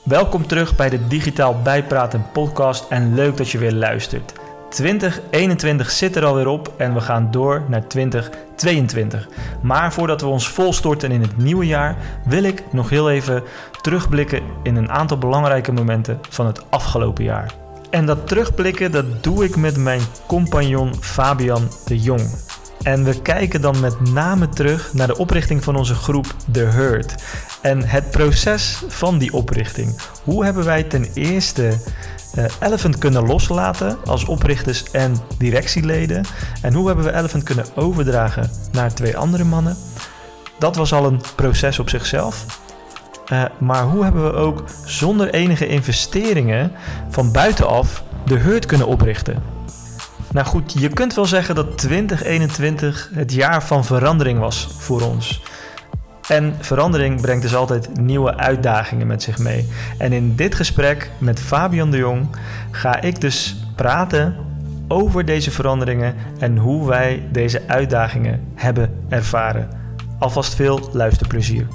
Welkom terug bij de Digitaal Bijpraten podcast en leuk dat je weer luistert. 2021 zit er alweer op en we gaan door naar 2022. Maar voordat we ons volstorten in het nieuwe jaar, wil ik nog heel even terugblikken in een aantal belangrijke momenten van het afgelopen jaar. En dat terugblikken, dat doe ik met mijn compagnon Fabian de Jong. En we kijken dan met name terug naar de oprichting van onze groep The Herd. En het proces van die oprichting. Hoe hebben wij ten eerste Elephant kunnen loslaten als oprichters en directieleden? En hoe hebben we Elephant kunnen overdragen naar 2 andere mannen? Dat was al een proces op zichzelf. Maar hoe hebben we ook zonder enige investeringen van buitenaf The Herd kunnen oprichten? Nou goed, je kunt wel zeggen dat 2021 het jaar van verandering was voor ons. En verandering brengt dus altijd nieuwe uitdagingen met zich mee. En in dit gesprek met Fabian de Jong ga ik dus praten over deze veranderingen en hoe wij deze uitdagingen hebben ervaren. Alvast veel luisterplezier.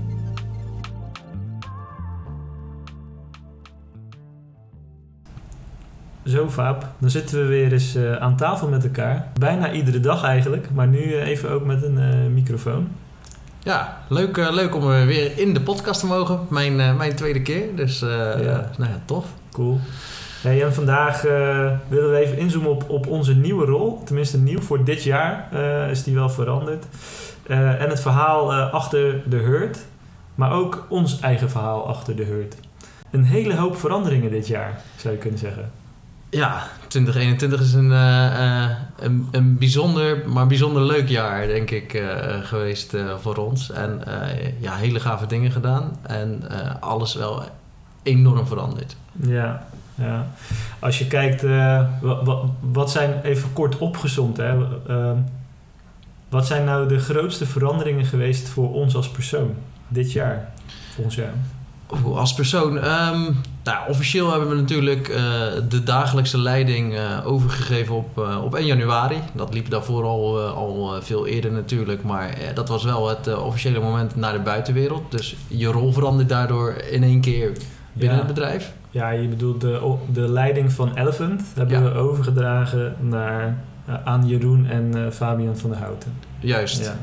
Zo Faab, dan zitten we weer eens aan tafel met elkaar. Bijna iedere dag eigenlijk, maar nu even ook met een microfoon. Ja, leuk om weer in de podcast te mogen. Mijn tweede keer, dus tof. Cool. Hey, en vandaag willen we even inzoomen op onze nieuwe rol. Tenminste nieuw voor dit jaar is die wel veranderd. En het verhaal achter The Herd, maar ook ons eigen verhaal achter The Herd. Een hele hoop veranderingen dit jaar, zou je kunnen zeggen. Ja, 2021 is een bijzonder leuk jaar, denk ik, geweest voor ons. En hele gave dingen gedaan. En alles wel enorm veranderd. Ja. Als je kijkt, wat zijn, even kort opgezomd, hè? Wat zijn nou de grootste veranderingen geweest voor ons als persoon dit jaar, volgens jou? Als persoon, officieel hebben we natuurlijk de dagelijkse leiding overgegeven op 1 januari. Dat liep daarvoor al veel eerder natuurlijk, maar dat was wel het officiële moment naar de buitenwereld. Dus je rol verandert daardoor in één keer binnen het bedrijf. Ja, je bedoelt de leiding van Elephant hebben we overgedragen aan Jeroen en Fabian van der Houten. Juist,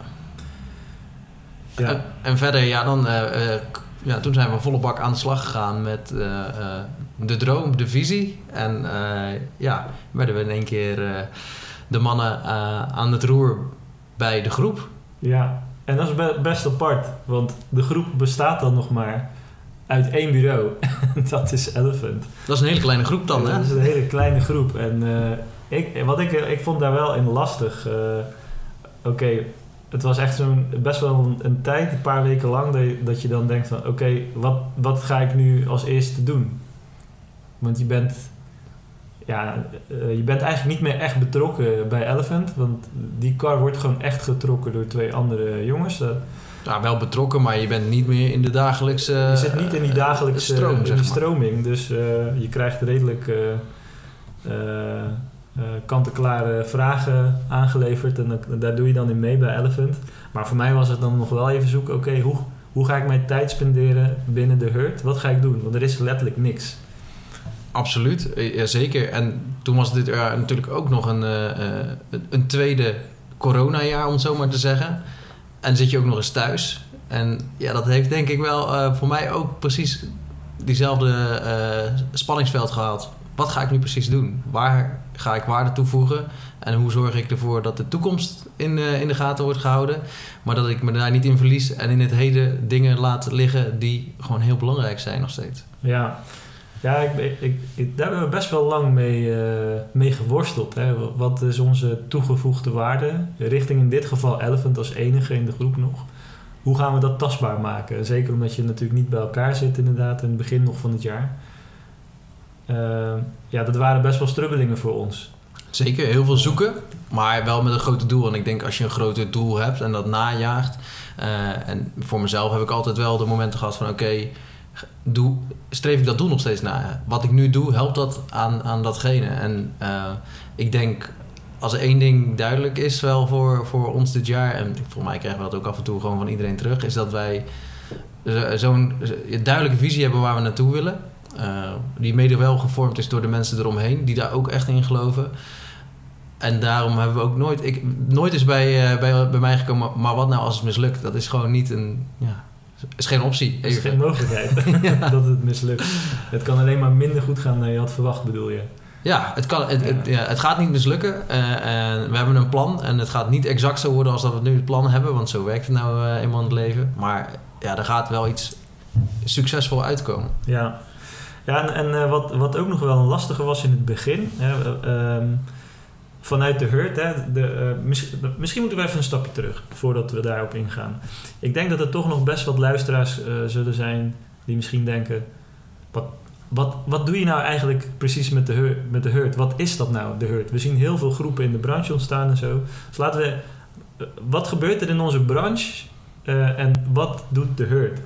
ja. En verder, toen zijn we volle bak aan de slag gegaan met de droom, de visie. En werden we in één keer de mannen aan het roer bij de groep. Ja, en dat is best apart. Want de groep bestaat dan nog maar uit 1 bureau. Dat is Elephant. Dat is een hele kleine groep dan, hè? Dat is een hele kleine groep. En ik vond daar wel in lastig. Het was echt best wel een tijd, een paar weken lang, dat je dan denkt van wat ga ik nu als eerste doen? Want je bent eigenlijk niet meer echt betrokken bij Elephant, want die kar wordt gewoon echt getrokken door 2 andere jongens. Wel betrokken, maar je bent niet meer in de dagelijkse je zit niet in die dagelijkse stroming, dus je krijgt redelijk kant-en-klare vragen aangeleverd en daar doe je dan in mee bij Elephant. Maar voor mij was het dan nog wel even zoeken, hoe ga ik mijn tijd spenderen binnen de Herd? Wat ga ik doen? Want er is letterlijk niks. Absoluut, zeker. En toen was dit natuurlijk ook nog een tweede coronajaar, om het zo maar te zeggen. En zit je ook nog eens thuis. En ja, dat heeft denk ik wel voor mij ook precies diezelfde spanningsveld gehad. Wat ga ik nu precies doen? Waar ga ik waarde toevoegen? En hoe zorg ik ervoor dat de toekomst in de gaten wordt gehouden? Maar dat ik me daar niet in verlies en in het heden dingen laat liggen die gewoon heel belangrijk zijn nog steeds. Ja, daar hebben we best wel lang mee geworsteld. Hè? Wat is onze toegevoegde waarde? Richting in dit geval Elephant als enige in de groep nog. Hoe gaan we dat tastbaar maken? Zeker omdat je natuurlijk niet bij elkaar zit inderdaad in het begin nog van het jaar. Dat waren best wel strubbelingen voor ons. Zeker, heel veel zoeken, maar wel met een groot doel. En ik denk als je een groter doel hebt en dat najaagt. En voor mezelf heb ik altijd wel de momenten gehad van streef ik dat doel nog steeds na. Wat ik nu doe, helpt dat aan datgene. En ik denk, als er 1 ding duidelijk is wel voor ons dit jaar, en voor mij krijgen we dat ook af en toe gewoon van iedereen terug, is dat wij zo'n duidelijke visie hebben waar we naartoe willen. Die mede wel gevormd is door de mensen eromheen, die daar ook echt in geloven. En daarom hebben we ook nooit is bij mij gekomen, maar wat nou als het mislukt? Dat is gewoon niet is geen optie. Er is geen mogelijkheid dat het mislukt. Het kan alleen maar minder goed gaan dan je had verwacht, bedoel je? Ja, het gaat niet mislukken. En we hebben een plan en het gaat niet exact zo worden als dat we nu het plan hebben, want zo werkt het nou eenmaal in het leven. Maar ja, er gaat wel iets succesvol uitkomen. Ja, en wat ook nog wel een lastige was in het begin, vanuit de hurt, misschien moeten we even een stapje terug voordat we daarop ingaan. Ik denk dat er toch nog best wat luisteraars zullen zijn die misschien denken, wat doe je nou eigenlijk precies met de hurt? Wat is dat nou, de hurt? We zien heel veel groepen in de branche ontstaan en zo. Dus laten we, wat gebeurt er in onze branche en wat doet de hurt?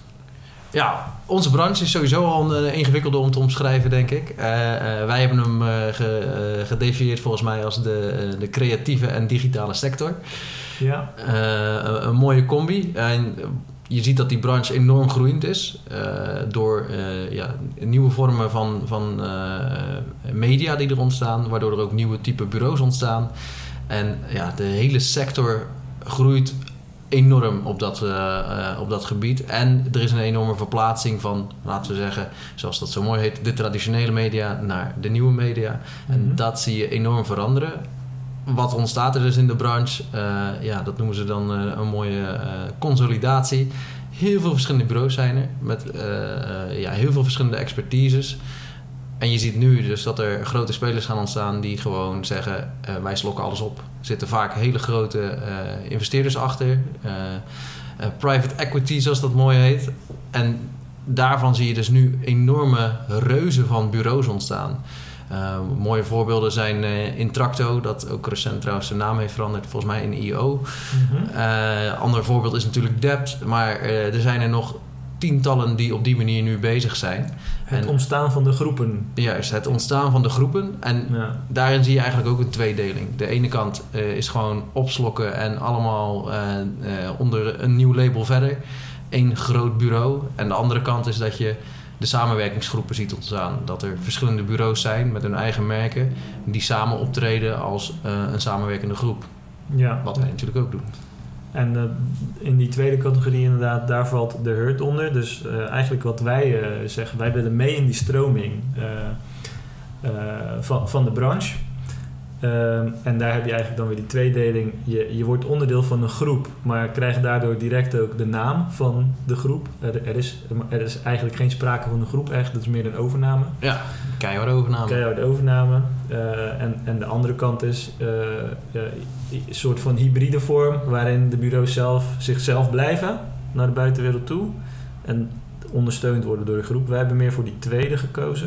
Ja, onze branche is sowieso al een ingewikkelde om te omschrijven, denk ik. Wij hebben hem gedefinieerd volgens mij als de creatieve en digitale sector. Ja. Een mooie combi. En je ziet dat die branche enorm groeiend is door nieuwe vormen van media die er ontstaan, waardoor er ook nieuwe type bureaus ontstaan. En de hele sector groeit enorm op dat gebied. En er is een enorme verplaatsing van, laten we zeggen, zoals dat zo mooi heet, de traditionele media naar de nieuwe media. En dat zie je enorm veranderen. Wat ontstaat er dus in de branche? Dat noemen ze dan een mooie consolidatie. Heel veel verschillende bureaus zijn er, met heel veel verschillende expertises. En je ziet nu dus dat er grote spelers gaan ontstaan die gewoon zeggen, wij slokken alles op. Er zitten vaak hele grote investeerders achter. Private equity, zoals dat mooi heet. En daarvan zie je dus nu enorme reuzen van bureaus ontstaan. Mooie voorbeelden zijn Intracto, dat ook recent trouwens zijn naam heeft veranderd, volgens mij in IO. Ander voorbeeld is natuurlijk Debt, maar er zijn er nog tientallen die op die manier nu bezig zijn. Het ontstaan van de groepen. Juist, het ontstaan van de groepen. En daarin zie je eigenlijk ook een tweedeling. De ene kant is gewoon opslokken en allemaal onder een nieuw label verder. Eén groot bureau. En de andere kant is dat je de samenwerkingsgroepen ziet ontstaan. Dat er verschillende bureaus zijn met hun eigen merken die samen optreden als een samenwerkende groep. Ja. Wat wij natuurlijk ook doen. En in die tweede categorie inderdaad, daar valt de hurt onder. Dus eigenlijk wat wij zeggen, wij willen mee in die stroming van de branche. En daar heb je eigenlijk dan weer die tweedeling. Je wordt onderdeel van een groep, maar krijgt daardoor direct ook de naam van de groep. Er is eigenlijk geen sprake van een groep echt, dat is meer een overname. Ja, keiharde overname. En de andere kant is een soort van hybride vorm, waarin de bureaus zichzelf blijven naar de buitenwereld toe en ondersteund worden door de groep. Wij hebben meer voor die tweede gekozen.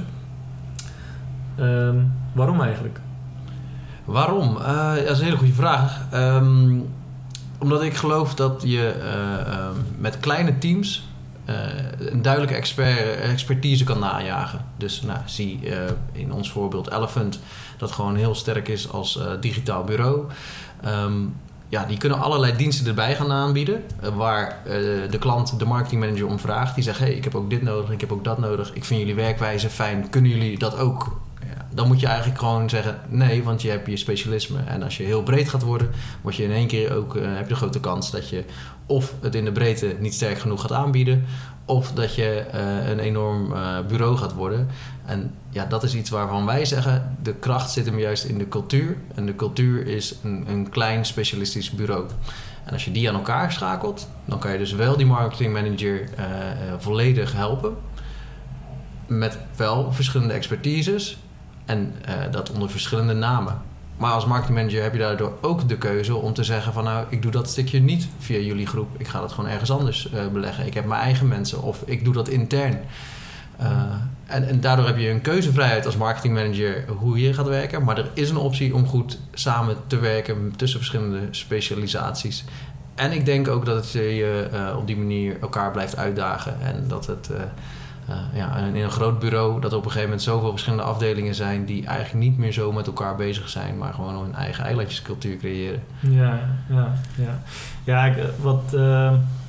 Waarom eigenlijk? Waarom? Dat is een hele goede vraag. Omdat ik geloof dat je met kleine teams een duidelijke expertise kan najagen. Dus zie in ons voorbeeld Elephant, dat gewoon heel sterk is als digitaal bureau. Die kunnen allerlei diensten erbij gaan aanbieden, waar de klant de marketingmanager om vraagt. Die zegt, ik heb ook dit nodig, ik heb ook dat nodig. Ik vind jullie werkwijze fijn, kunnen jullie dat ook? Dan moet je eigenlijk gewoon zeggen nee, want je hebt je specialisme. En als je heel breed gaat worden, word je in één keer ook, heb je de grote kans dat je of het in de breedte niet sterk genoeg gaat aanbieden, of dat je een enorm bureau gaat worden. En dat is iets waarvan wij zeggen, de kracht zit hem juist in de cultuur. En de cultuur is een klein specialistisch bureau. En als je die aan elkaar schakelt, dan kan je dus wel die marketingmanager volledig helpen. Met wel verschillende expertises. En dat onder verschillende namen. Maar als marketingmanager heb je daardoor ook de keuze om te zeggen van ik doe dat stukje niet via jullie groep. Ik ga dat gewoon ergens anders beleggen. Ik heb mijn eigen mensen of ik doe dat intern. En daardoor heb je een keuzevrijheid als marketingmanager hoe je gaat werken. Maar er is een optie om goed samen te werken tussen verschillende specialisaties. En ik denk ook dat het je op die manier elkaar blijft uitdagen. En dat het in een groot bureau dat er op een gegeven moment zoveel verschillende afdelingen zijn die eigenlijk niet meer zo met elkaar bezig zijn, maar gewoon hun eigen eilandjescultuur creëren.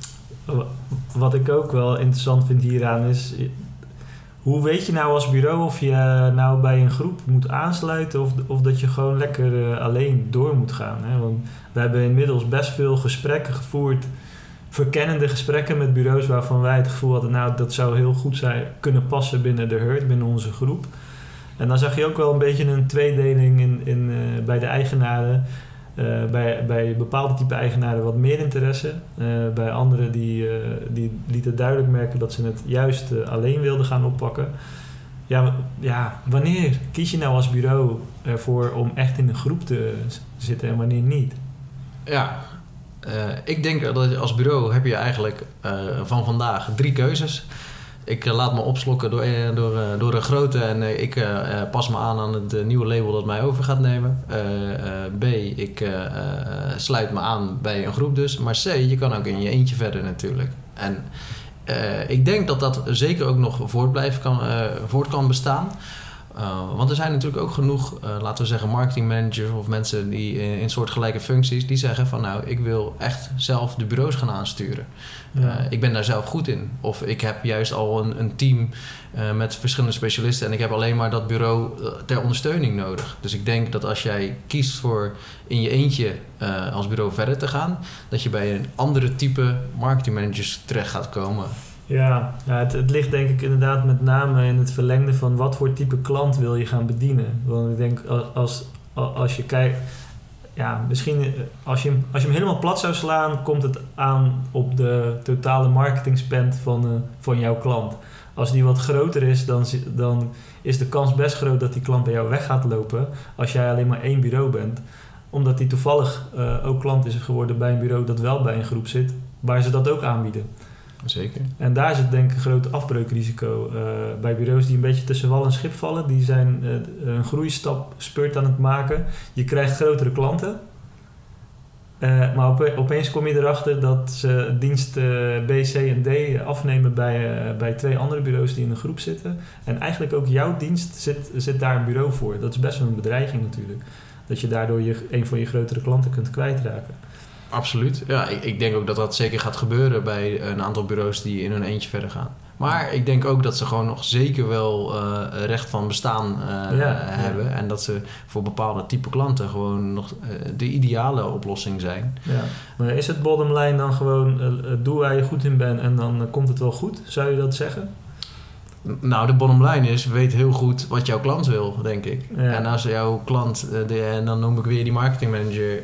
Wat ik ook wel interessant vind hieraan is... Hoe weet je nou als bureau of je nou bij een groep moet aansluiten... of dat je gewoon lekker alleen door moet gaan? Hè? Want we hebben inmiddels best veel gesprekken gevoerd... verkennende gesprekken met bureaus waarvan wij het gevoel hadden... nou, dat zou heel goed kunnen passen binnen de Hurt, binnen onze groep. En dan zag je ook wel een beetje een tweedeling bij de eigenaren... bij bepaalde type eigenaren wat meer interesse. Bij anderen die lieten duidelijk merken dat ze het juist alleen wilden gaan oppakken. Ja, wanneer kies je nou als bureau ervoor om echt in een groep te zitten en wanneer niet? Ja, ik denk dat als bureau heb je eigenlijk van vandaag 3 keuzes. Ik laat me opslokken door een grote en ik pas me aan het nieuwe label dat mij over gaat nemen. B, ik sluit me aan bij een groep dus. Maar C, je kan ook in je eentje verder natuurlijk. En ik denk dat dat zeker ook nog voort kan bestaan. Want er zijn natuurlijk ook genoeg, laten we zeggen, marketingmanagers of mensen die in soortgelijke functies, die zeggen van nou, ik wil echt zelf de bureaus gaan aansturen. Ja. Ik ben daar zelf goed in. Of ik heb juist al een team met verschillende specialisten en ik heb alleen maar dat bureau ter ondersteuning nodig. Dus ik denk dat als jij kiest voor in je eentje als bureau verder te gaan, dat je bij een andere type marketingmanagers terecht gaat komen. Ja, het ligt denk ik inderdaad met name in het verlengde van wat voor type klant wil je gaan bedienen. Want ik denk als je kijkt, ja, misschien als je hem helemaal plat zou slaan, komt het aan op de totale marketing spend van jouw klant. Als die wat groter is, dan is de kans best groot dat die klant bij jou weg gaat lopen als jij alleen maar 1 bureau bent. Omdat die toevallig ook klant is geworden bij een bureau dat wel bij een groep zit, waar ze dat ook aanbieden. Zeker. En daar zit denk ik een groot afbreukrisico bij bureaus die een beetje tussen wal en schip vallen. Die zijn een groeistap spurt aan het maken. Je krijgt grotere klanten. Maar opeens kom je erachter dat ze dienst B, C en D afnemen bij 2 andere bureaus die in een groep zitten. En eigenlijk ook jouw dienst zit daar een bureau voor. Dat is best wel een bedreiging natuurlijk. Dat je daardoor een van je grotere klanten kunt kwijtraken. Absoluut. Ja, ik denk ook dat dat zeker gaat gebeuren bij een aantal bureaus die in hun eentje verder gaan. Maar ik denk ook dat ze gewoon nog zeker wel recht van bestaan hebben. Ja. En dat ze voor bepaalde type klanten gewoon nog de ideale oplossing zijn. Ja. Maar is het bottom line dan gewoon doe waar je goed in bent en dan komt het wel goed? Zou je dat zeggen? Nou, de bottom line is, weet heel goed wat jouw klant wil, denk ik. Ja. En als jouw klant, en dan noem ik weer die marketingmanager,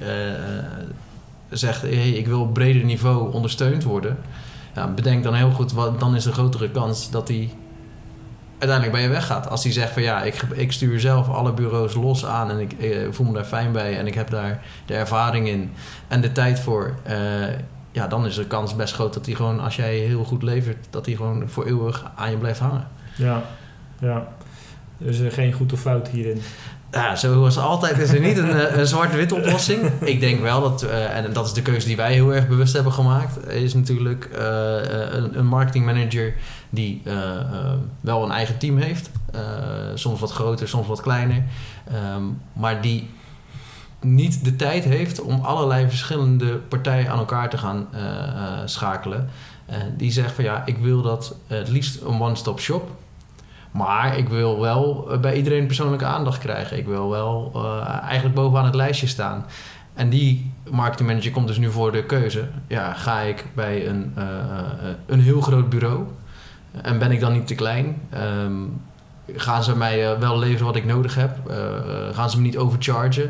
zegt, hey, ik wil op breder niveau ondersteund worden. Ja, bedenk dan heel goed, dan is de grotere kans dat hij uiteindelijk bij je weggaat. Als hij zegt van ja, ik stuur zelf alle bureaus los aan en ik voel me daar fijn bij en ik heb daar de ervaring in en de tijd voor. Dan is de kans best groot dat hij gewoon, als jij heel goed levert, dat hij gewoon voor eeuwig aan je blijft hangen. Ja. Dus geen goed of fout hierin. Ja, zoals altijd is er niet een zwart-wit oplossing. Ik denk wel dat, en dat is de keuze die wij heel erg bewust hebben gemaakt, is natuurlijk een marketingmanager die wel een eigen team heeft. Soms wat groter, soms wat kleiner. Maar die niet de tijd heeft om allerlei verschillende partijen aan elkaar te gaan schakelen. Die zegt van ja, ik wil dat het liefst een one-stop shop. Maar ik wil wel bij iedereen persoonlijke aandacht krijgen. Ik wil wel eigenlijk bovenaan het lijstje staan. En die marketingmanager komt dus nu voor de keuze. Ja, ga ik bij een heel groot bureau? En ben ik dan niet te klein? Gaan ze mij wel leveren wat ik nodig heb? Gaan ze me niet overchargen?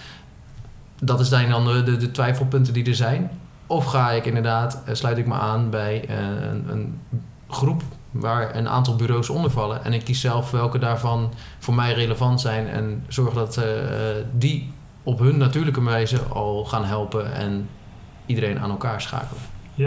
Dat zijn dan de twijfelpunten die er zijn. Of ga ik inderdaad, sluit ik me aan bij een groep waar een aantal bureaus onder vallen. En ik kies zelf welke daarvan voor mij relevant zijn. En zorg dat die op hun natuurlijke wijze al gaan helpen. En iedereen aan elkaar schakelen.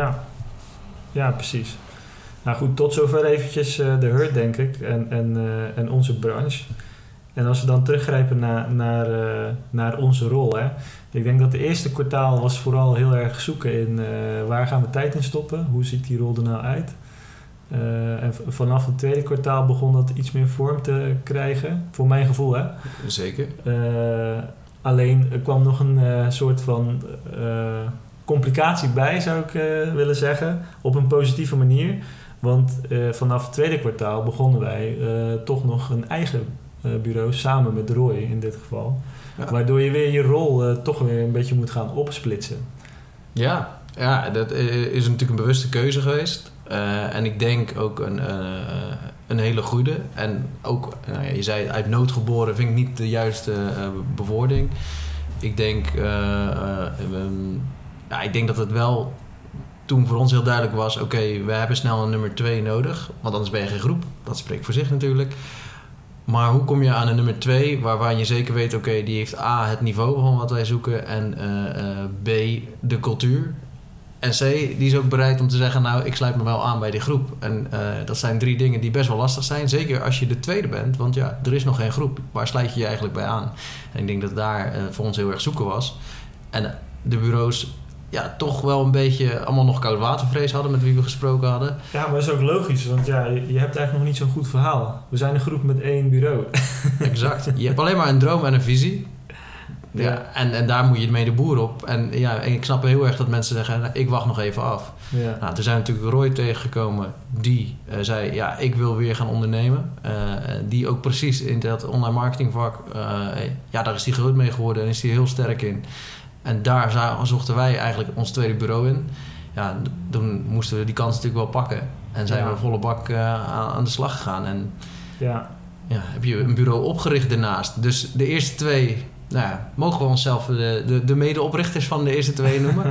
Ja, precies. Nou goed, tot zover eventjes de Hurt, denk ik. En onze branche. En als we dan teruggrijpen naar onze rol. Hè. Ik denk dat de eerste kwartaal was vooral heel erg zoeken in waar gaan we tijd in stoppen? Hoe ziet die rol er nou uit? En vanaf het tweede kwartaal begon dat iets meer vorm te krijgen. Voor mijn gevoel, hè? Zeker. Alleen er kwam nog een soort van complicatie bij, zou ik willen zeggen. Op een positieve manier. Want vanaf het tweede kwartaal begonnen wij toch nog een eigen bureau samen met Roy in dit geval. Ja. Waardoor je weer je rol toch weer een beetje moet gaan opsplitsen. Ja, dat is natuurlijk een bewuste keuze geweest. En ik denk ook een hele goede. En ook, je zei uit nood geboren, vind ik niet de juiste bewoording. Ik denk, ik denk dat het wel toen voor ons heel duidelijk was... oké, we hebben snel een nummer 2 nodig. Want anders ben je geen groep. Dat spreekt voor zich natuurlijk. Maar hoe kom je aan een nummer 2 waarvan je zeker weet... oké, die heeft A, het niveau van wat wij zoeken... en B, de cultuur... En C, die is ook bereid om te zeggen... nou, ik sluit me wel aan bij die groep. En dat zijn 3 dingen die best wel lastig zijn. Zeker als je de tweede bent. Want ja, er is nog geen groep. Waar sluit je je eigenlijk bij aan? En ik denk dat daar voor ons heel erg zoeken was. En de bureaus... toch wel een beetje allemaal nog koudwatervrees hadden... met wie we gesproken hadden. Ja, maar dat is ook logisch. Want ja, je hebt eigenlijk nog niet zo'n goed verhaal. We zijn een groep met 1 bureau. Exact. Je hebt alleen maar een droom en een visie... Ja, en daar moet je mee de boer op. En ik snap heel erg dat mensen zeggen... ik wacht nog even af. Ja. Nou, toen zijn we natuurlijk Roy tegengekomen... die zei, ik wil weer gaan ondernemen. Die ook precies in dat online marketingvak... daar is hij groot mee geworden... en is hij heel sterk in. En daar zochten wij eigenlijk ons tweede bureau in. Ja, toen moesten we die kans natuurlijk wel pakken. En zijn we volle bak aan de slag gegaan. En heb je een bureau opgericht daarnaast. Dus de eerste 2... mogen we onszelf de medeoprichters van de eerste 2 noemen.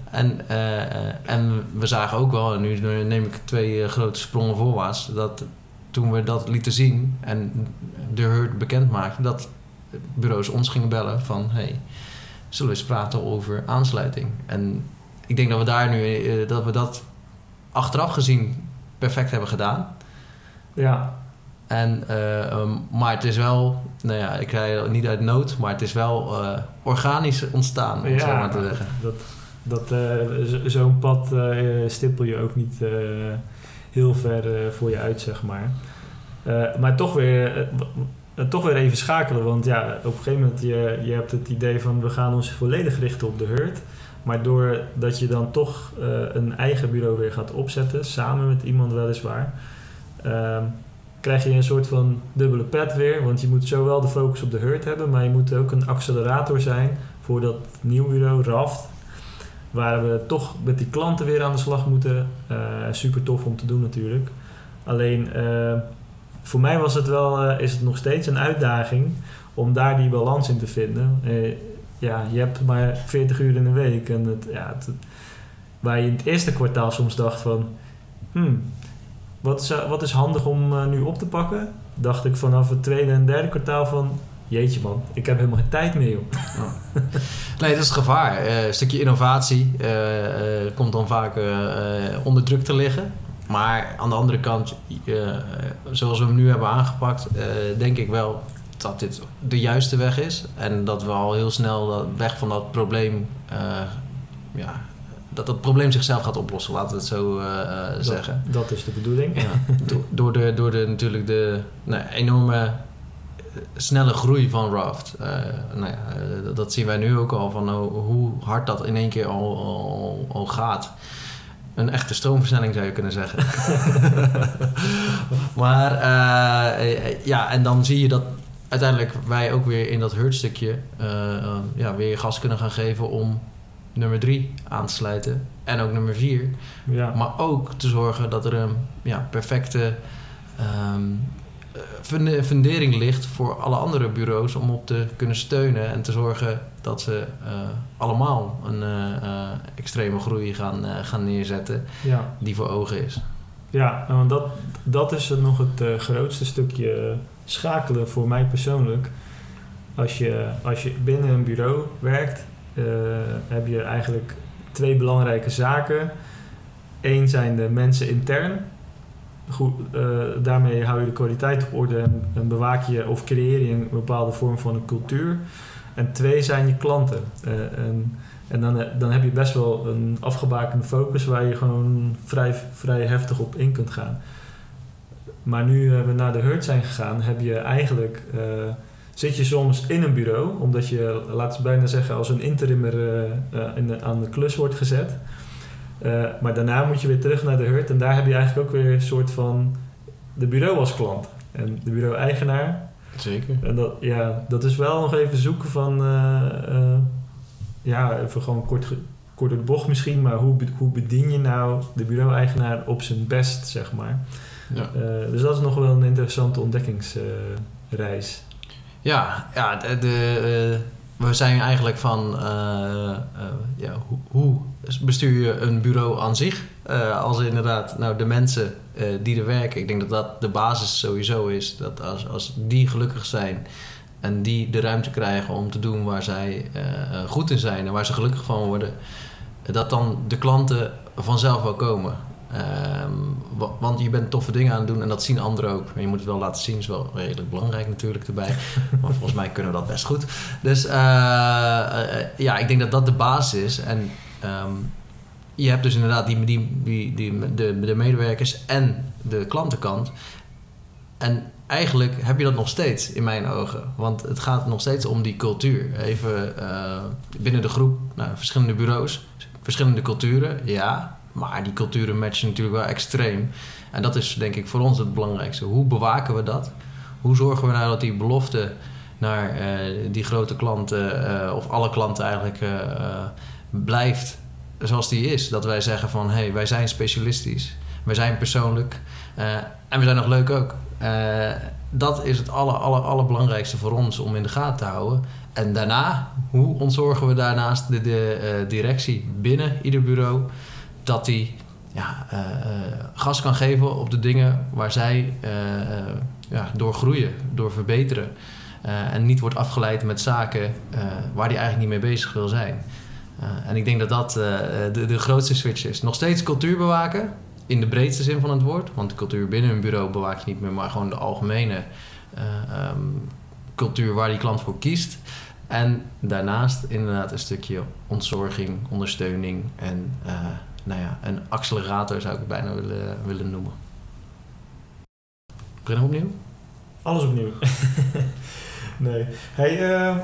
En we zagen ook wel, en nu neem ik 2 grote sprongen voorwaarts... dat toen we dat lieten zien en de Hurt bekend maakten... dat bureaus ons gingen bellen van... hey, zullen we eens praten over aansluiting? En ik denk dat we daar nu... dat we dat achteraf gezien perfect hebben gedaan. Ja. Maar het is wel, ik zei niet uit nood, maar het is wel organisch ontstaan, om zo maar te zeggen. Zo'n pad stippel je ook niet heel ver voor je uit, zeg maar. Maar toch weer even schakelen, want op een gegeven moment je hebt het idee van we gaan ons volledig richten op de Hurt. Maar doordat je dan toch een eigen bureau weer gaat opzetten, samen met iemand weliswaar... krijg je een soort van dubbele pet weer. Want je moet zowel de focus op de Hurt hebben... maar je moet ook een accelerator zijn voor dat nieuw bureau, Raft... waar we toch met die klanten weer aan de slag moeten. Super tof om te doen natuurlijk. Alleen, voor mij was het is het nog steeds een uitdaging... om daar die balans in te vinden. Je hebt maar 40 uur in een week. En waar je in het eerste kwartaal soms dacht van... Wat is handig om nu op te pakken? Dacht ik vanaf het tweede en derde kwartaal van... Jeetje man, ik heb helemaal geen tijd meer, joh. Oh. Nee, dat is het gevaar. Een stukje innovatie komt dan vaak onder druk te liggen. Maar aan de andere kant, zoals we hem nu hebben aangepakt... denk ik wel dat dit de juiste weg is. En dat we al heel snel weg van dat probleem... dat probleem zichzelf gaat oplossen, laten we het zo zeggen. Dat is de bedoeling. Ja, door natuurlijk de enorme snelle groei van Raft. Dat zien wij nu ook al van hoe hard dat in één keer al gaat. Een echte stroomversnelling zou je kunnen zeggen. Maar en dan zie je dat uiteindelijk wij ook weer in dat Hurt stukje weer gas kunnen gaan geven om nummer 3 aan te sluiten. En ook nummer 4. Ja. Maar ook te zorgen dat er een perfecte fundering ligt voor alle andere bureaus om op te kunnen steunen en te zorgen dat ze allemaal een extreme groei gaan neerzetten die voor ogen is. Ja, want dat is nog het grootste stukje schakelen voor mij persoonlijk. Als je binnen een bureau werkt, heb je eigenlijk 2 belangrijke zaken. Eén zijn de mensen intern. Goed, daarmee hou je de kwaliteit op orde en bewaak je of creëer je een bepaalde vorm van een cultuur. En 2 zijn je klanten. En dan heb je best wel een afgebakende focus waar je gewoon vrij heftig op in kunt gaan. Maar nu we naar de Hurt zijn gegaan, heb je eigenlijk zit je soms in een bureau, omdat je, laten we bijna zeggen, als een interimmer aan de klus wordt gezet. Maar daarna moet je weer terug naar de hut en daar heb je eigenlijk ook weer een soort van de bureau als klant en de bureau-eigenaar. Zeker. En dat is wel nog even zoeken van, even gewoon kort door de bocht misschien, maar hoe bedien je nou de bureau-eigenaar op zijn best, zeg maar. Ja. Dus dat is nog wel een interessante ontdekkingsreis. We zijn eigenlijk van hoe bestuur je een bureau aan zich? Als inderdaad de mensen die er werken. Ik denk dat dat de basis sowieso is. Dat als die gelukkig zijn en die de ruimte krijgen om te doen waar zij goed in zijn en waar ze gelukkig van worden, dat dan de klanten vanzelf wel komen. Want je bent toffe dingen aan het doen en dat zien anderen ook. Maar je moet het wel laten zien, is wel redelijk belangrijk natuurlijk erbij. Maar volgens mij kunnen we dat best goed. Dus ik denk dat dat de basis is. En je hebt dus inderdaad de medewerkers en de klantenkant. En eigenlijk heb je dat nog steeds in mijn ogen. Want het gaat nog steeds om die cultuur. Even binnen de groep, verschillende bureaus, verschillende culturen, ja. Maar die culturen matchen natuurlijk wel extreem. En dat is denk ik voor ons het belangrijkste. Hoe bewaken we dat? Hoe zorgen we nou dat die belofte naar die grote klanten, of alle klanten eigenlijk, blijft zoals die is? Dat wij zeggen van, hey, wij zijn specialistisch. Wij zijn persoonlijk. En we zijn nog leuk ook. Dat is het allerbelangrijkste voor ons om in de gaten te houden. En daarna, hoe ontzorgen we daarnaast de directie binnen ieder bureau, dat die gas kan geven op de dingen waar zij door groeien, door verbeteren. En niet wordt afgeleid met zaken waar die eigenlijk niet mee bezig wil zijn. En ik denk dat de grootste switch is. Nog steeds cultuur bewaken, in de breedste zin van het woord. Want de cultuur binnen een bureau bewaak je niet meer, maar gewoon de algemene cultuur waar die klant voor kiest. En daarnaast inderdaad een stukje ontzorging, ondersteuning en een accelerator zou ik het bijna willen noemen. Beginnen we opnieuw? Alles opnieuw. Nee. Hey,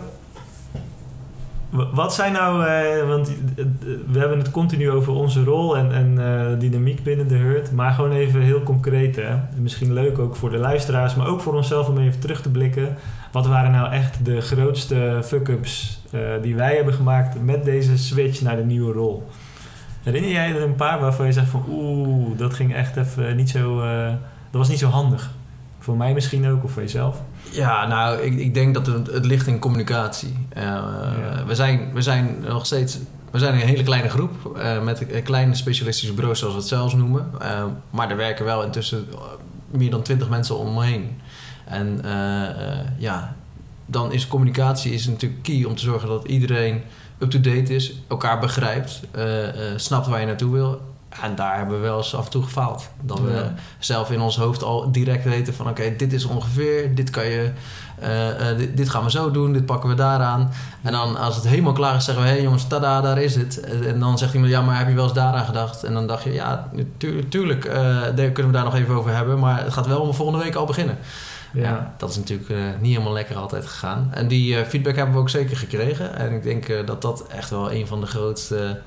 wat zijn nou, want we hebben het continu over onze rol en dynamiek binnen de hut, maar gewoon even heel concreet, hè? Misschien leuk ook voor de luisteraars, maar ook voor onszelf om even terug te blikken. Wat waren nou echt de grootste fuck-ups die wij hebben gemaakt met deze switch naar de nieuwe rol? Herinner jij er een paar waarvan je zegt van dat ging echt even niet zo, dat was niet zo handig? Voor mij misschien ook, of voor jezelf? Ja, nou, ik denk dat het ligt in communicatie. We zijn nog steeds, we zijn een hele kleine groep met kleine specialistische bureaus, zoals we het zelfs noemen. Maar er werken wel intussen meer dan 20 mensen om me heen. En dan is communicatie natuurlijk key om te zorgen dat iedereen up-to-date is, elkaar begrijpt, snapt waar je naartoe wil. En daar hebben we wel eens af en toe gefaald. Dat we zelf in ons hoofd al direct weten van oké, dit is ongeveer, dit kan je, dit gaan we zo doen, dit pakken we daaraan. En dan als het helemaal klaar is, zeggen we, hey jongens, tada, daar is het. En dan zegt iemand, ja, maar heb je wel eens daaraan gedacht? En dan dacht je, ja, tuurlijk, daar kunnen we daar nog even over hebben. Maar het gaat wel volgende week al beginnen. Ja, dat is natuurlijk niet helemaal lekker altijd gegaan. En die feedback hebben we ook zeker gekregen. En ik denk dat dat echt wel een van de grootste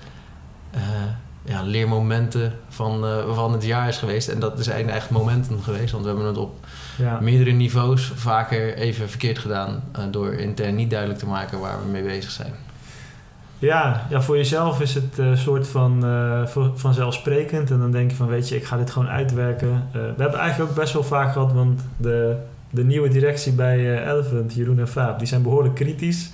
leermomenten van het jaar is geweest. En dat is eigenlijk echt momentum geweest. Want we hebben het op meerdere niveaus vaker even verkeerd gedaan. Door intern niet duidelijk te maken waar we mee bezig zijn. Ja, voor jezelf is het een soort van vanzelfsprekend. En dan denk je van, weet je, ik ga dit gewoon uitwerken. We hebben eigenlijk ook best wel vaak gehad, want de nieuwe directie bij Elephant, Jeroen en Faab, die zijn behoorlijk kritisch.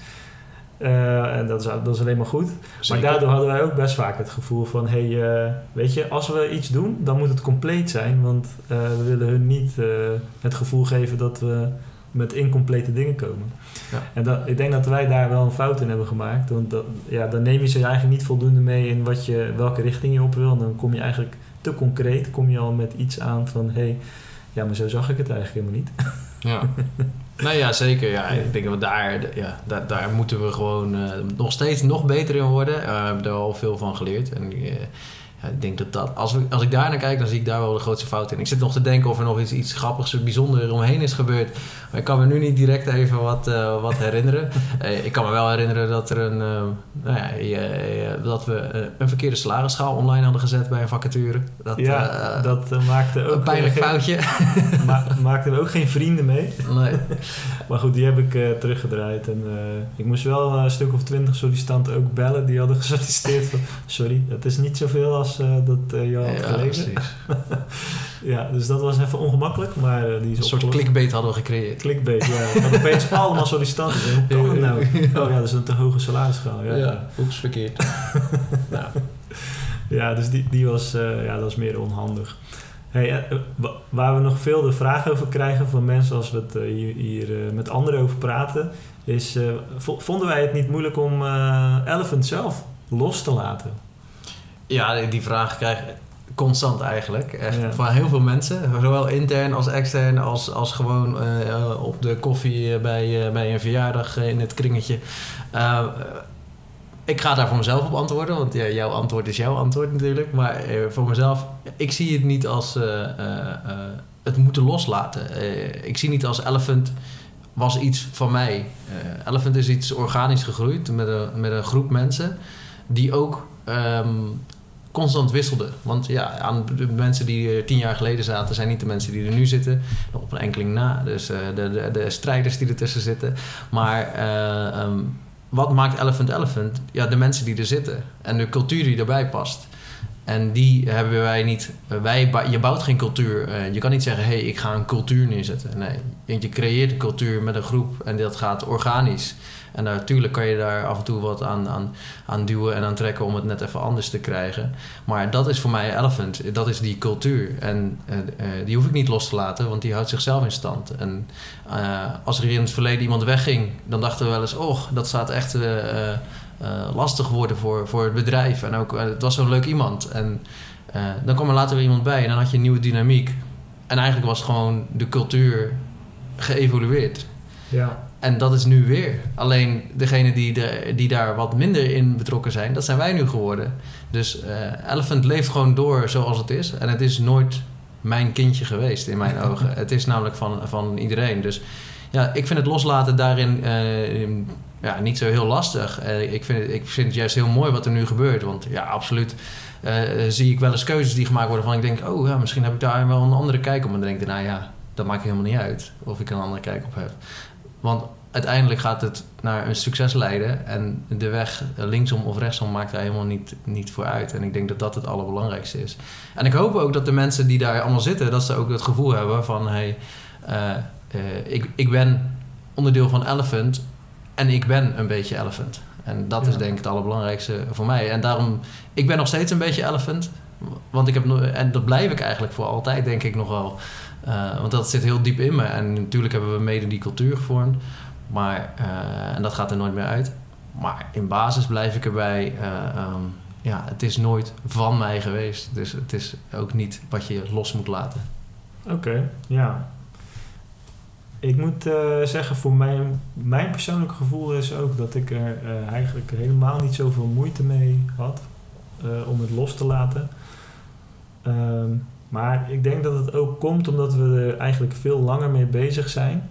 En dat is alleen maar goed. Zeker. Maar daardoor hadden wij ook best vaak het gevoel van, weet je, als we iets doen, dan moet het compleet zijn. Want we willen hun niet het gevoel geven dat we met incomplete dingen komen. Ja. En ik denk dat wij daar wel een fout in hebben gemaakt. Want dan neem je ze eigenlijk niet voldoende mee in welke richting je op wil. En dan kom je eigenlijk te concreet, kom je al met iets aan van, maar zo zag ik het eigenlijk helemaal niet. Ja. Nou ja, zeker. Ja. Ik denk dat daar moeten we gewoon nog steeds nog beter in worden. We hebben er al veel van geleerd. En Ja, ik denk dat als ik daar naar kijk, dan zie ik daar wel de grootste fout in. Ik zit nog te denken of er nog iets grappigs, bijzonders omheen is gebeurd. Maar ik kan me nu niet direct even wat herinneren. Ik kan me wel herinneren dat er dat we een verkeerde salarisschaal online hadden gezet bij een vacature. Dat maakte ook... Een pijnlijk foutje. Maakte er ook geen vrienden mee. Nee. Maar goed, die heb ik teruggedraaid. En ik moest wel een stuk of 20 sollicitanten ook bellen. Die hadden gesolliciteerd van... Sorry, dat is niet zoveel als dat je had gelezen. Ja, dus dat was even ongemakkelijk. Maar die is een soort clickbait hadden we gecreëerd. Clickbait, ja. Ik had opeens allemaal sollicitanten. Hoe kan het nou? Oh ja, dat is een te hoge salarisschaal. Ja, oeps, verkeerd. Nou. Ja, dus dat was meer onhandig. Hey, waar we nog veel de vragen over krijgen van mensen als we het hier met anderen over praten, is vonden wij het niet moeilijk om Elephant zelf los te laten? Ja, die vraag krijg ik constant eigenlijk. Echt van heel veel mensen. Zowel intern als extern als gewoon op de koffie bij een verjaardag in het kringetje. Ik ga daar voor mezelf op antwoorden, want jouw antwoord is jouw antwoord natuurlijk. Maar voor mezelf, ik zie het niet als het moeten loslaten. Ik zie niet als Elephant was iets van mij. Elephant is iets organisch gegroeid met een groep mensen die ook constant wisselden. Want ja, aan de mensen die 10 jaar geleden zaten, zijn niet de mensen die er nu zitten. Nog op een enkeling na. Dus de strijders die ertussen zitten. Maar wat maakt Elephant? Ja, de mensen die er zitten. En de cultuur die erbij past. En die hebben wij niet... je bouwt geen cultuur. Je kan niet zeggen, hey, ik ga een cultuur neerzetten. Nee, je creëert een cultuur met een groep. En dat gaat organisch. En natuurlijk kan je daar af en toe wat aan duwen en aan trekken om het net even anders te krijgen. Maar dat is voor mij Elephant. Dat is die cultuur. En die hoef ik niet los te laten, want die houdt zichzelf in stand. En als er in het verleden iemand wegging, dan dachten we wel eens, dat staat echt lastig worden voor het bedrijf. En ook, het was zo'n leuk iemand. En dan kwam er later weer iemand bij en dan had je een nieuwe dynamiek. En eigenlijk was gewoon de cultuur geëvolueerd. Ja. En dat is nu weer. Alleen degene die daar wat minder in betrokken zijn, dat zijn wij nu geworden. Dus Elephant leeft gewoon door zoals het is. En het is nooit mijn kindje geweest in mijn ogen. Het is namelijk van iedereen. Dus ja, ik vind het loslaten daarin niet zo heel lastig. Ik vind het juist heel mooi wat er nu gebeurt. Want ja, absoluut zie ik wel eens keuzes die gemaakt worden van ik denk, misschien heb ik daar wel een andere kijk op. En dan denk ik, dat maakt helemaal niet uit of ik een andere kijk op heb. Want uiteindelijk gaat het naar een succes leiden. En de weg linksom of rechtsom maakt daar helemaal niet voor uit. En ik denk dat dat het allerbelangrijkste is. En ik hoop ook dat de mensen die daar allemaal zitten, dat ze ook het gevoel hebben van ik ben onderdeel van Elephant en ik ben een beetje Elephant. En dat is denk ik het allerbelangrijkste voor mij. En daarom, ik ben nog steeds een beetje Elephant. Want en dat blijf ik eigenlijk voor altijd, denk ik nog wel. Want dat zit heel diep in me. En natuurlijk hebben we mede die cultuur gevormd. Maar, en dat gaat er nooit meer uit. Maar in basis blijf ik erbij. Het is nooit van mij geweest. Dus het is ook niet wat je los moet laten. Oké, ja. Ik moet zeggen, voor mijn persoonlijke gevoel is ook dat ik er eigenlijk helemaal niet zoveel moeite mee had om het los te laten. Maar ik denk dat het ook komt omdat we er eigenlijk veel langer mee bezig zijn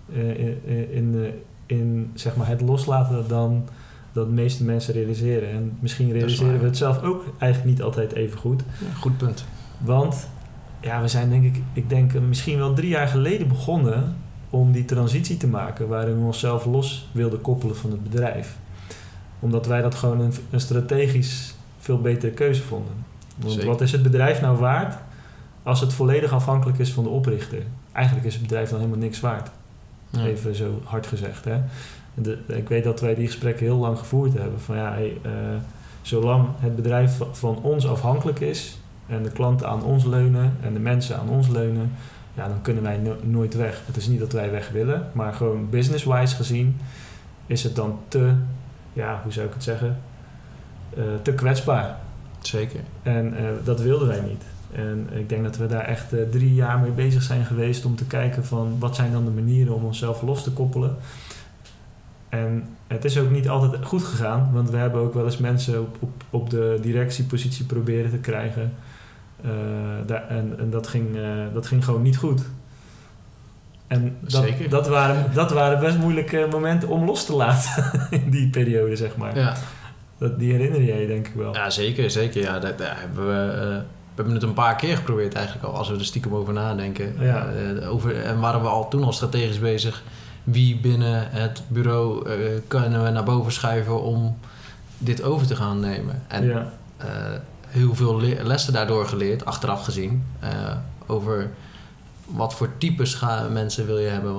in zeg maar het loslaten dan dat de meeste mensen realiseren. En misschien realiseren we het zelf ook eigenlijk niet altijd even goed. Ja, goed punt. Want we zijn ik denk misschien wel 3 jaar geleden begonnen om die transitie te maken waarin we onszelf los wilden koppelen van het bedrijf. Omdat wij dat gewoon een strategisch veel betere keuze vonden. Want Wat is het bedrijf nou waard als het volledig afhankelijk is van de oprichter? Eigenlijk is het bedrijf dan helemaal niks waard. Ja. Even zo hard gezegd. Hè? Ik weet dat wij die gesprekken heel lang gevoerd hebben. Van zolang het bedrijf van ons afhankelijk is en de klanten aan ons leunen en de mensen aan ons leunen, dan kunnen wij nooit weg. Het is niet dat wij weg willen, maar gewoon business-wise gezien is het dan te, hoe zou ik het zeggen, te kwetsbaar. Zeker. En dat wilden wij niet. En ik denk dat we daar echt 3 jaar mee bezig zijn geweest om te kijken van wat zijn dan de manieren om onszelf los te koppelen. En het is ook niet altijd goed gegaan, want we hebben ook wel eens mensen op de directiepositie proberen te krijgen. En dat ging gewoon niet goed. En dat waren best moeilijke momenten om los te laten in die periode, zeg maar. Ja. Die herinner je je denk ik wel. Ja, zeker. Ja, daar hebben we hebben het een paar keer geprobeerd eigenlijk al, als we er stiekem over nadenken. Ja. En waren we toen al strategisch bezig. Wie binnen het bureau kunnen we naar boven schuiven om dit over te gaan nemen. En heel veel lessen daardoor geleerd, achteraf gezien. Over wat voor types mensen wil je hebben.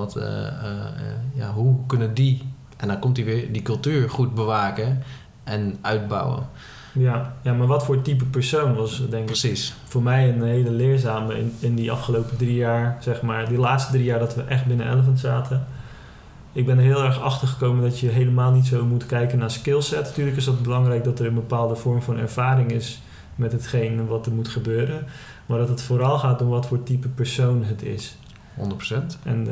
Hoe kunnen die, en dan komt hij weer, die cultuur goed bewaken en uitbouwen. Ja, maar wat voor type persoon was, denk ik, voor mij een hele leerzame in die afgelopen 3 jaar, zeg maar. Die laatste 3 jaar dat we echt binnen Elephant zaten. Ik ben er heel erg achter gekomen dat je helemaal niet zo moet kijken naar skillset. Natuurlijk is dat belangrijk dat er een bepaalde vorm van ervaring is met hetgeen wat er moet gebeuren. Maar dat het vooral gaat om wat voor type persoon het is. 100%. En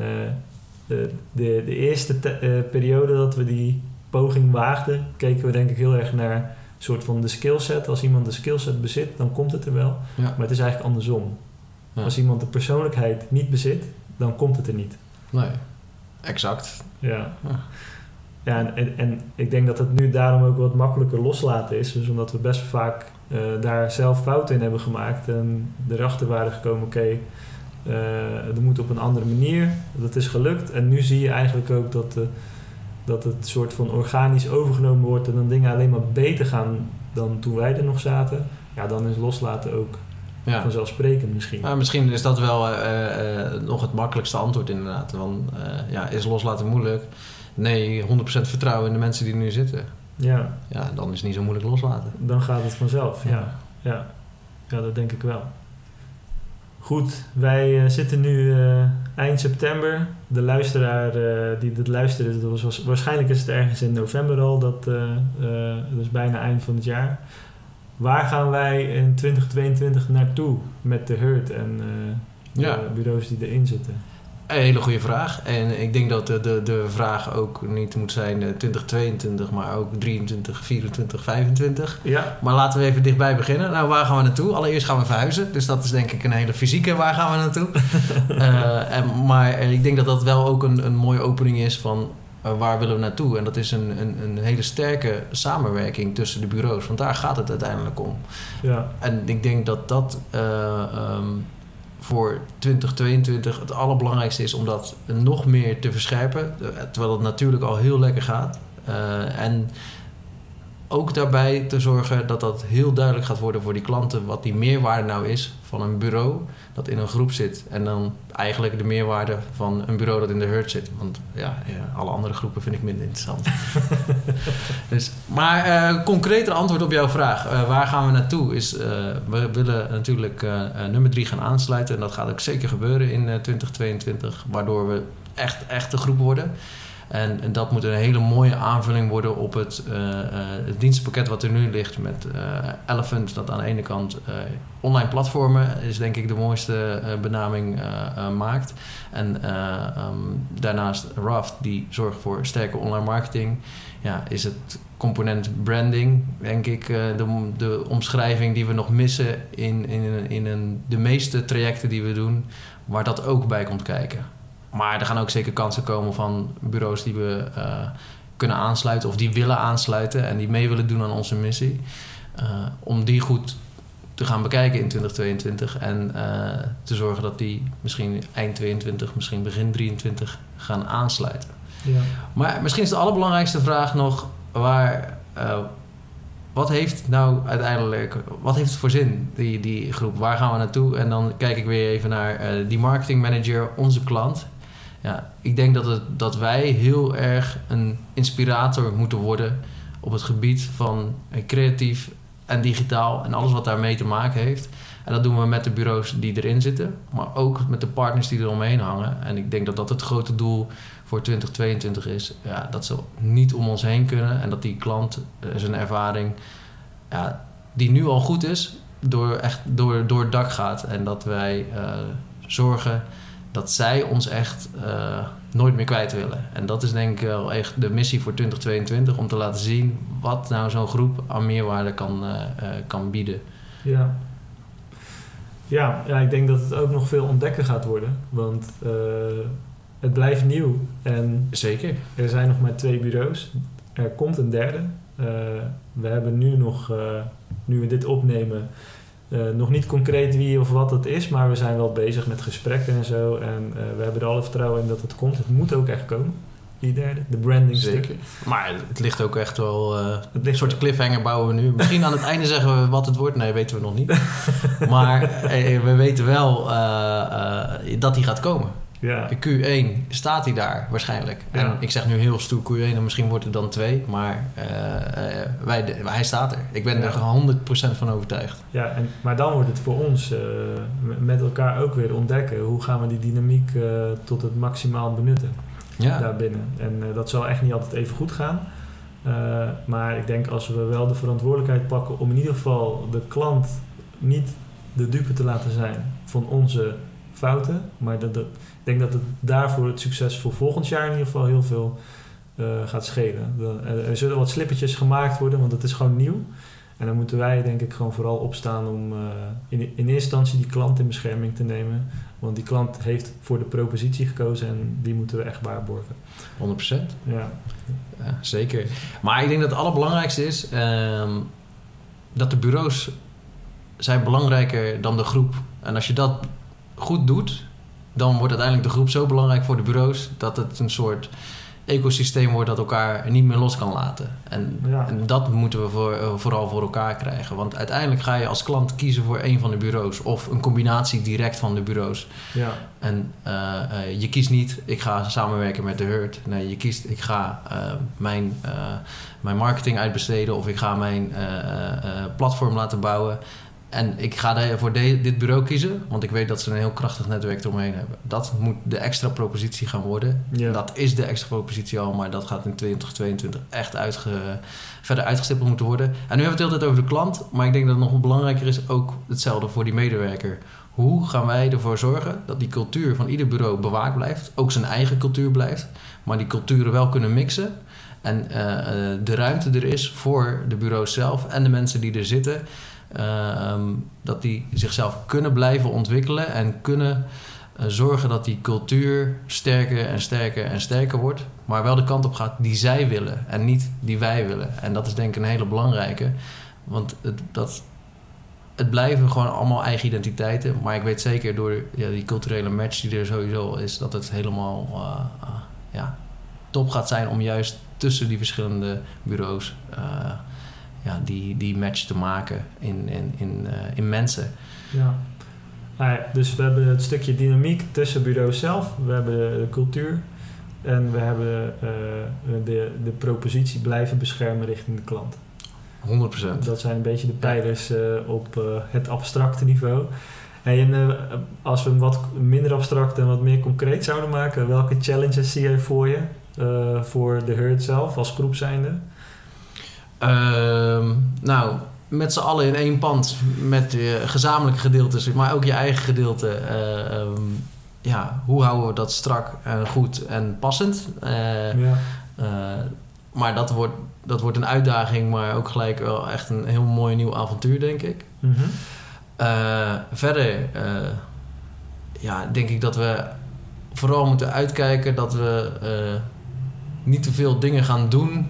de eerste periode dat we die poging waagden, keken we denk ik heel erg naar een soort van de skillset. Als iemand de skillset bezit, dan komt het er wel. Ja. Maar het is eigenlijk andersom. Ja. Als iemand de persoonlijkheid niet bezit, dan komt het er niet. Nee, exact. Ja. En ik denk dat het nu daarom ook wat makkelijker loslaten is. Dus omdat we best vaak daar zelf fouten in hebben gemaakt en erachter waren gekomen, dat moet op een andere manier. Dat is gelukt. En nu zie je eigenlijk ook dat het soort van organisch overgenomen wordt en dan dingen alleen maar beter gaan dan toen wij er nog zaten. Ja, dan is loslaten ook vanzelfsprekend misschien. Ja, misschien is dat wel nog het makkelijkste antwoord inderdaad. Want is loslaten moeilijk? Nee, 100% vertrouwen in de mensen die er nu zitten. Ja, dan is het niet zo moeilijk loslaten. Dan gaat het vanzelf, ja, dat denk ik wel. Goed, wij zitten nu eind september. De luisteraar die dit luisterde, waarschijnlijk is het ergens in november al. Dat is bijna eind van het jaar. Waar gaan wij in 2022 naartoe met de Hurt en de bureaus die erin zitten? Een hele goede vraag. En ik denk dat de vraag ook niet moet zijn 2022, maar ook 23, 24, 25. Ja. Maar laten we even dichtbij beginnen. Nou, waar gaan we naartoe? Allereerst gaan we verhuizen. Dus dat is denk ik een hele fysieke waar gaan we naartoe. Maar ik denk dat dat wel ook een mooie opening is van waar willen we naartoe. En dat is een hele sterke samenwerking tussen de bureaus. Want daar gaat het uiteindelijk om. Ja. En ik denk dat voor 2022 het allerbelangrijkste is om dat nog meer te verscherpen. Terwijl het natuurlijk al heel lekker gaat. En ook daarbij te zorgen dat dat heel duidelijk gaat worden voor die klanten wat die meerwaarde nou is van een bureau dat in een groep zit. En dan eigenlijk de meerwaarde van een bureau dat in de Hurt zit. Want alle andere groepen vind ik minder interessant. Maar concreter antwoord op jouw vraag. Waar gaan we naartoe? We willen natuurlijk nummer 3 gaan aansluiten. En dat gaat ook zeker gebeuren in 2022. Waardoor we echt een groep worden. En dat moet een hele mooie aanvulling worden op het dienstenpakket wat er nu ligt met Elephant. Dat aan de ene kant online platformen is denk ik de mooiste benaming maakt. En daarnaast Raft die zorgt voor sterke online marketing. Ja, is het component branding denk ik de omschrijving die we nog missen in de meeste trajecten die we doen. Waar dat ook bij komt kijken. Maar er gaan ook zeker kansen komen van bureaus die we kunnen aansluiten of die willen aansluiten en die mee willen doen aan onze missie. Om die goed te gaan bekijken in 2022 en te zorgen dat die misschien eind 22, misschien begin 23 gaan aansluiten. Ja. Maar misschien is de allerbelangrijkste vraag nog wat heeft nou uiteindelijk, wat heeft het voor zin, die groep? Waar gaan we naartoe? En dan kijk ik weer even naar die marketingmanager, onze klant. Ja, ik denk dat wij heel erg een inspirator moeten worden op het gebied van creatief en digitaal en alles wat daarmee te maken heeft. En dat doen we met de bureaus die erin zitten, maar ook met de partners die eromheen hangen. En ik denk dat dat het grote doel voor 2022 is. Ja, dat ze niet om ons heen kunnen en dat die klant zijn ervaring, die nu al goed is, door het dak gaat. En dat wij zorgen dat zij ons echt nooit meer kwijt willen. En dat is denk ik wel echt de missie voor 2022... om te laten zien wat nou zo'n groep aan meerwaarde kan bieden. Ja. Ja, ik denk dat het ook nog veel ontdekken gaat worden. Want het blijft nieuw. En zeker. Er zijn nog maar 2 bureaus. Er komt een derde. We hebben nu nog, nu we dit opnemen... nog niet concreet wie of wat het is, maar we zijn wel bezig met gesprekken en zo. En we hebben er alle vertrouwen in dat het komt. Het moet ook echt komen, die derde. De branding stuk. Maar het ligt ook echt wel... een soort cliffhanger bouwen we nu. Misschien aan het einde zeggen we wat het wordt. Nee, weten we nog niet. Maar we weten wel dat die gaat komen. Ja. Q1 staat hij daar waarschijnlijk. Ja. En ik zeg nu heel stoer Q1 en misschien wordt het dan 2. Maar hij staat er. Ik ben er 100% van overtuigd. Ja, maar dan wordt het voor ons met elkaar ook weer ontdekken. Hoe gaan we die dynamiek tot het maximaal benutten daarbinnen. En dat zal echt niet altijd even goed gaan. Maar ik denk als we wel de verantwoordelijkheid pakken... om in ieder geval de klant niet de dupe te laten zijn van onze fouten. Maar ik denk dat het daarvoor het succes voor volgend jaar in ieder geval heel veel gaat schelen. Er zullen wat slippertjes gemaakt worden, want het is gewoon nieuw. En dan moeten wij denk ik gewoon vooral opstaan om in eerste instantie die klant in bescherming te nemen. Want die klant heeft voor de propositie gekozen en die moeten we echt waarborgen. 100%. Ja, zeker. Maar ik denk dat het allerbelangrijkste is dat de bureaus zijn belangrijker dan de groep. En als je dat goed doet, dan wordt uiteindelijk de groep zo belangrijk voor de bureaus dat het een soort ecosysteem wordt dat elkaar niet meer los kan laten. En dat moeten we vooral voor elkaar krijgen. Want uiteindelijk ga je als klant kiezen voor een van de bureaus of een combinatie direct van de bureaus. Ja. En je kiest niet, ik ga samenwerken met de Hurt. Nee, je kiest, ik ga mijn marketing uitbesteden of ik ga mijn platform laten bouwen. En ik ga voor dit bureau kiezen, want ik weet dat ze een heel krachtig netwerk eromheen hebben. Dat moet de extra propositie gaan worden. Ja. Dat is de extra propositie al, maar dat gaat in 2022 echt verder uitgestippeld moeten worden. En nu hebben we het de hele tijd over de klant, maar ik denk dat het nog belangrijker is ook hetzelfde voor die medewerker. Hoe gaan wij ervoor zorgen dat die cultuur van ieder bureau bewaakt blijft, ook zijn eigen cultuur blijft, maar die culturen wel kunnen mixen en de ruimte er is voor de bureaus zelf en de mensen die er zitten. Dat die zichzelf kunnen blijven ontwikkelen en kunnen zorgen dat die cultuur sterker en sterker en sterker wordt, maar wel de kant op gaat die zij willen en niet die wij willen. En dat is denk ik een hele belangrijke, want het blijven gewoon allemaal eigen identiteiten, maar ik weet zeker door die culturele match die er sowieso is, dat het helemaal top gaat zijn om juist tussen die verschillende bureaus die match te maken in mensen. Ja. Dus we hebben het stukje dynamiek tussen bureaus zelf, we hebben de cultuur en we hebben de propositie blijven beschermen richting de klant. 100%. Dat zijn een beetje de pijlers op het abstracte niveau. En als we hem wat minder abstract en wat meer concreet zouden maken, welke challenges zie je voor je voor de Hurt zelf als groep zijnde? Met z'n allen in één pand met gezamenlijke gedeeltes, maar ook je eigen gedeelte. Hoe houden we dat strak en goed en passend? Maar dat wordt een uitdaging, maar ook gelijk wel echt een heel mooi nieuw avontuur, denk ik. Mm-hmm. Verder denk ik dat we vooral moeten uitkijken dat we niet te veel dingen gaan doen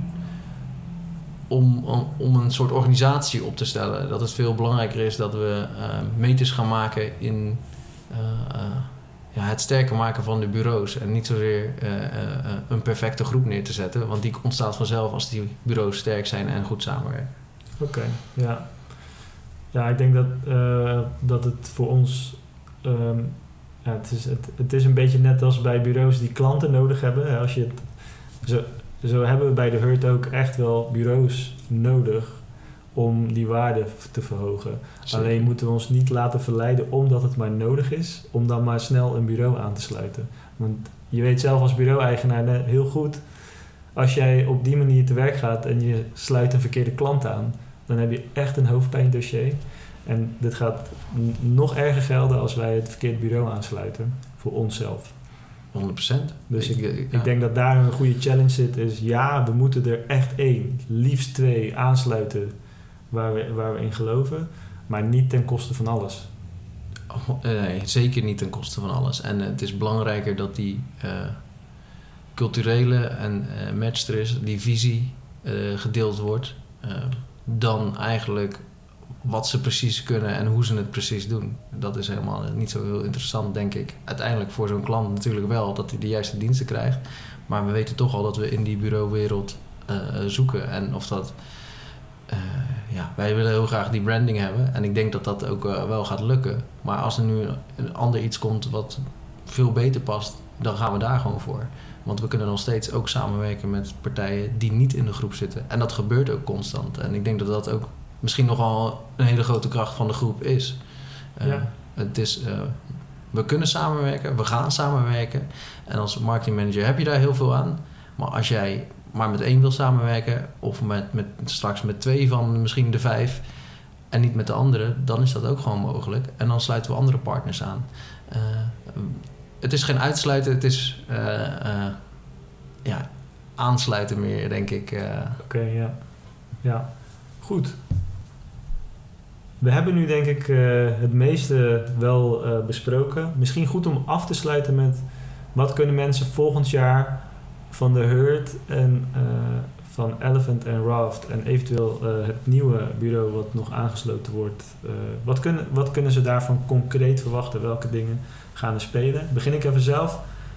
om een soort organisatie op te stellen. Dat het veel belangrijker is dat we meters gaan maken in het sterker maken van de bureaus. En niet zozeer een perfecte groep neer te zetten. Want die ontstaat vanzelf als die bureaus sterk zijn en goed samenwerken. Oké, ja. Ja, ik denk dat het voor ons... het is een beetje net als bij bureaus die klanten nodig hebben. Als je het... Zo hebben we bij de Hurt ook echt wel bureaus nodig om die waarde te verhogen. Zeker. Alleen moeten we ons niet laten verleiden omdat het maar nodig is, om dan maar snel een bureau aan te sluiten. Want je weet zelf als bureau-eigenaar heel goed, als jij op die manier te werk gaat en je sluit een verkeerde klant aan, dan heb je echt een hoofdpijndossier. En dit gaat nog erger gelden als wij het verkeerde bureau aansluiten. voor onszelf. 100%. Dus ik denk dat daar een goede challenge zit. Is we moeten er echt 1, liefst 2 aansluiten waar we in geloven. Maar niet ten koste van alles. Nee, zeker niet ten koste van alles. En het is belangrijker dat die culturele en match er is, die visie gedeeld wordt, dan eigenlijk wat ze precies kunnen en hoe ze het precies doen. Dat is helemaal niet zo heel interessant, denk ik. Uiteindelijk voor zo'n klant natuurlijk wel dat hij de juiste diensten krijgt. Maar we weten toch al dat we in die bureauwereld zoeken. En of dat... wij willen heel graag die branding hebben. En ik denk dat dat ook wel gaat lukken. Maar als er nu een ander iets komt wat veel beter past, dan gaan we daar gewoon voor. Want we kunnen nog steeds ook samenwerken met partijen die niet in de groep zitten. En dat gebeurt ook constant. En ik denk dat dat ook misschien nogal een hele grote kracht van de groep is. Het is we kunnen samenwerken, we gaan samenwerken. En als marketingmanager heb je daar heel veel aan. Maar als jij maar met 1 wil samenwerken, of straks met 2 van misschien de 5 en niet met de andere, dan is dat ook gewoon mogelijk. En dan sluiten we andere partners aan. Het is geen uitsluiten, het is aansluiten meer, denk ik. Oké, ja. Goed. We hebben nu denk ik het meeste wel besproken. Misschien goed om af te sluiten met wat kunnen mensen volgend jaar van de Herd en van Elephant en Raft en eventueel het nieuwe bureau wat nog aangesloten wordt. Wat kunnen ze daarvan concreet verwachten? Welke dingen gaan er spelen? Begin ik even zelf.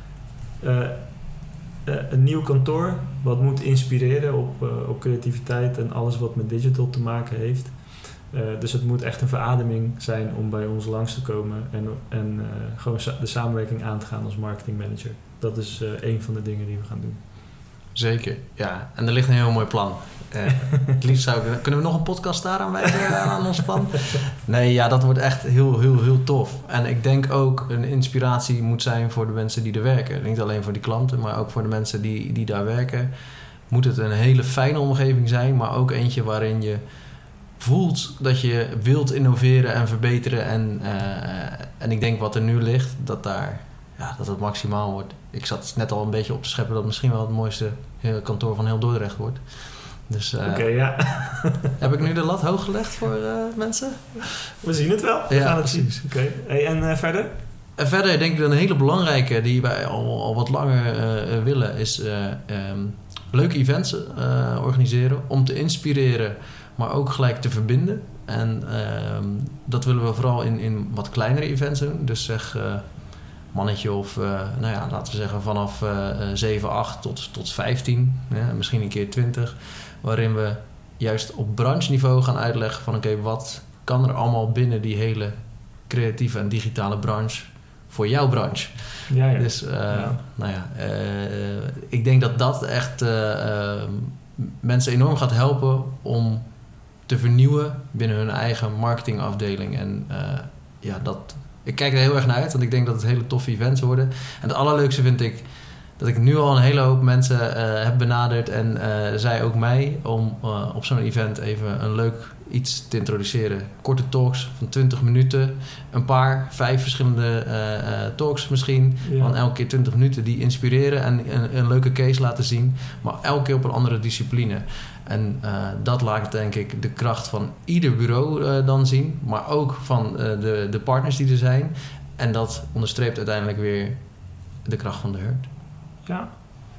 Een nieuw kantoor wat moet inspireren op creativiteit en alles wat met digital te maken heeft. Dus het moet echt een verademing zijn om bij ons langs te komen en gewoon de samenwerking aan te gaan als marketingmanager. Dat is een van de dingen die we gaan doen. Zeker, ja. En er ligt een heel mooi plan. Het liefst kunnen we nog een podcast daaraan wijden aan ons plan? Nee, ja, dat wordt echt heel, heel, heel tof. En ik denk ook een inspiratie moet zijn voor de mensen die er werken. Niet alleen voor die klanten, maar ook voor de mensen die daar werken. Moet het een hele fijne omgeving zijn, maar ook eentje waarin je voelt dat je wilt innoveren en verbeteren. En ik denk wat er nu ligt, dat het maximaal wordt. Ik zat net al een beetje op te scheppen dat het misschien wel het mooiste kantoor van heel Dordrecht wordt. Dus heb ik nu de lat hoog gelegd voor mensen? We zien het wel. We gaan het zien. Okay. Hey, en verder? En verder denk ik dat een hele belangrijke die wij al wat langer willen is leuke events organiseren om te inspireren, maar ook gelijk te verbinden. En dat willen we vooral in wat kleinere events doen. Dus zeg mannetje of laten we zeggen vanaf 7, 8 tot 15, misschien een keer 20, waarin we juist op brancheniveau gaan uitleggen van oké, wat kan er allemaal binnen die hele creatieve en digitale branche voor jouw branche. Ja. Dus ik denk dat dat echt mensen enorm gaat helpen om te vernieuwen binnen hun eigen marketingafdeling. En ik kijk er heel erg naar uit, want ik denk dat het hele toffe events worden. En het allerleukste vind ik dat ik nu al een hele hoop mensen heb benaderd en zij ook mij om op zo'n event even een leuk iets te introduceren. Korte talks van 20 minuten, 5 verschillende talks misschien, van elke keer 20 minuten die inspireren en een leuke case laten zien, maar elke keer op een andere discipline. En dat laat denk ik de kracht van ieder bureau dan zien, maar ook van de partners die er zijn. En dat onderstreept uiteindelijk weer de kracht van de Herd. Ja.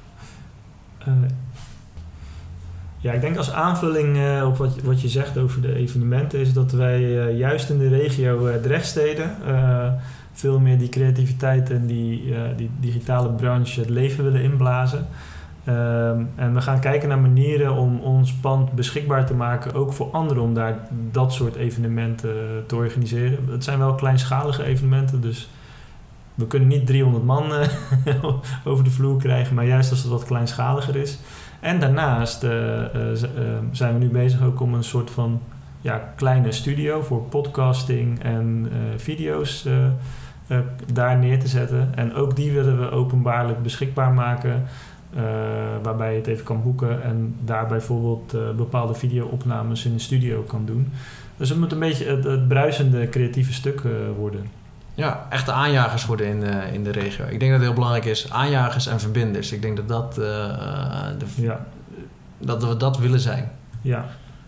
Ik denk als aanvulling op wat je zegt over de evenementen is dat wij juist in de regio Drechtstede veel meer die creativiteit en die digitale branche het leven willen inblazen. En we gaan kijken naar manieren om ons pand beschikbaar te maken, ook voor anderen, om daar dat soort evenementen te organiseren. Het zijn wel kleinschalige evenementen, dus we kunnen niet 300 man over de vloer krijgen, maar juist als het wat kleinschaliger is. En daarnaast zijn we nu bezig ook om een soort van kleine studio voor podcasting en video's daar neer te zetten. En ook die willen we openbaarlijk beschikbaar maken, waarbij je het even kan boeken en daar bijvoorbeeld bepaalde video-opnames in de studio kan doen. Dus het moet een beetje het bruisende creatieve stuk worden. echte aanjagers worden in de regio. Ik denk dat het heel belangrijk is, aanjagers en verbinders. Ik denk dat we dat willen zijn. Ja.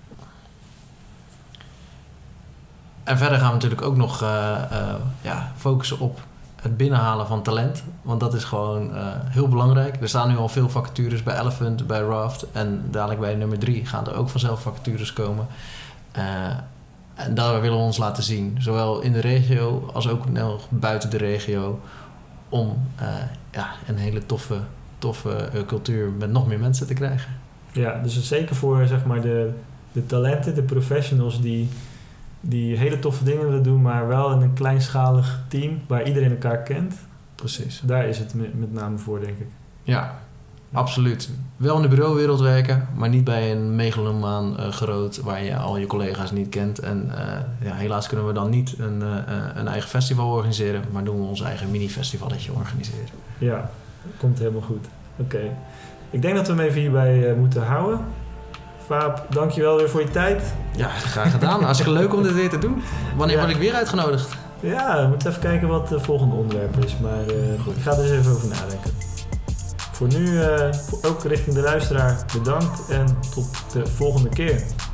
En verder gaan we natuurlijk ook nog focussen op het binnenhalen van talent. Want dat is gewoon heel belangrijk. Er staan nu al veel vacatures bij Elephant, bij Raft. En dadelijk bij nummer 3 gaan er ook vanzelf vacatures komen. En daar willen we ons laten zien. Zowel in de regio als ook nog buiten de regio. Om een hele toffe cultuur met nog meer mensen te krijgen. Ja, dus zeker voor zeg maar de talenten, de professionals die hele toffe dingen willen doen, maar wel in een kleinschalig team waar iedereen elkaar kent. Precies. Daar is het met name voor, denk ik. Ja, absoluut. Wel in de bureauwereld werken, maar niet bij een megalomaan groot waar je al je collega's niet kent. En helaas kunnen we dan niet een eigen festival organiseren, maar doen we ons eigen mini-festivalletje organiseren. Ja, komt helemaal goed. Oké. Ik denk dat we hem even hierbij moeten houden. Faap, dankjewel weer voor je tijd. Ja, graag gedaan. Hartstikke leuk om dit weer te doen. Wanneer word ik weer uitgenodigd? Ja, we moeten even kijken wat het volgende onderwerp is. Maar goed, ik ga er eens even over nadenken. Voor nu, ook richting de luisteraar, bedankt en tot de volgende keer.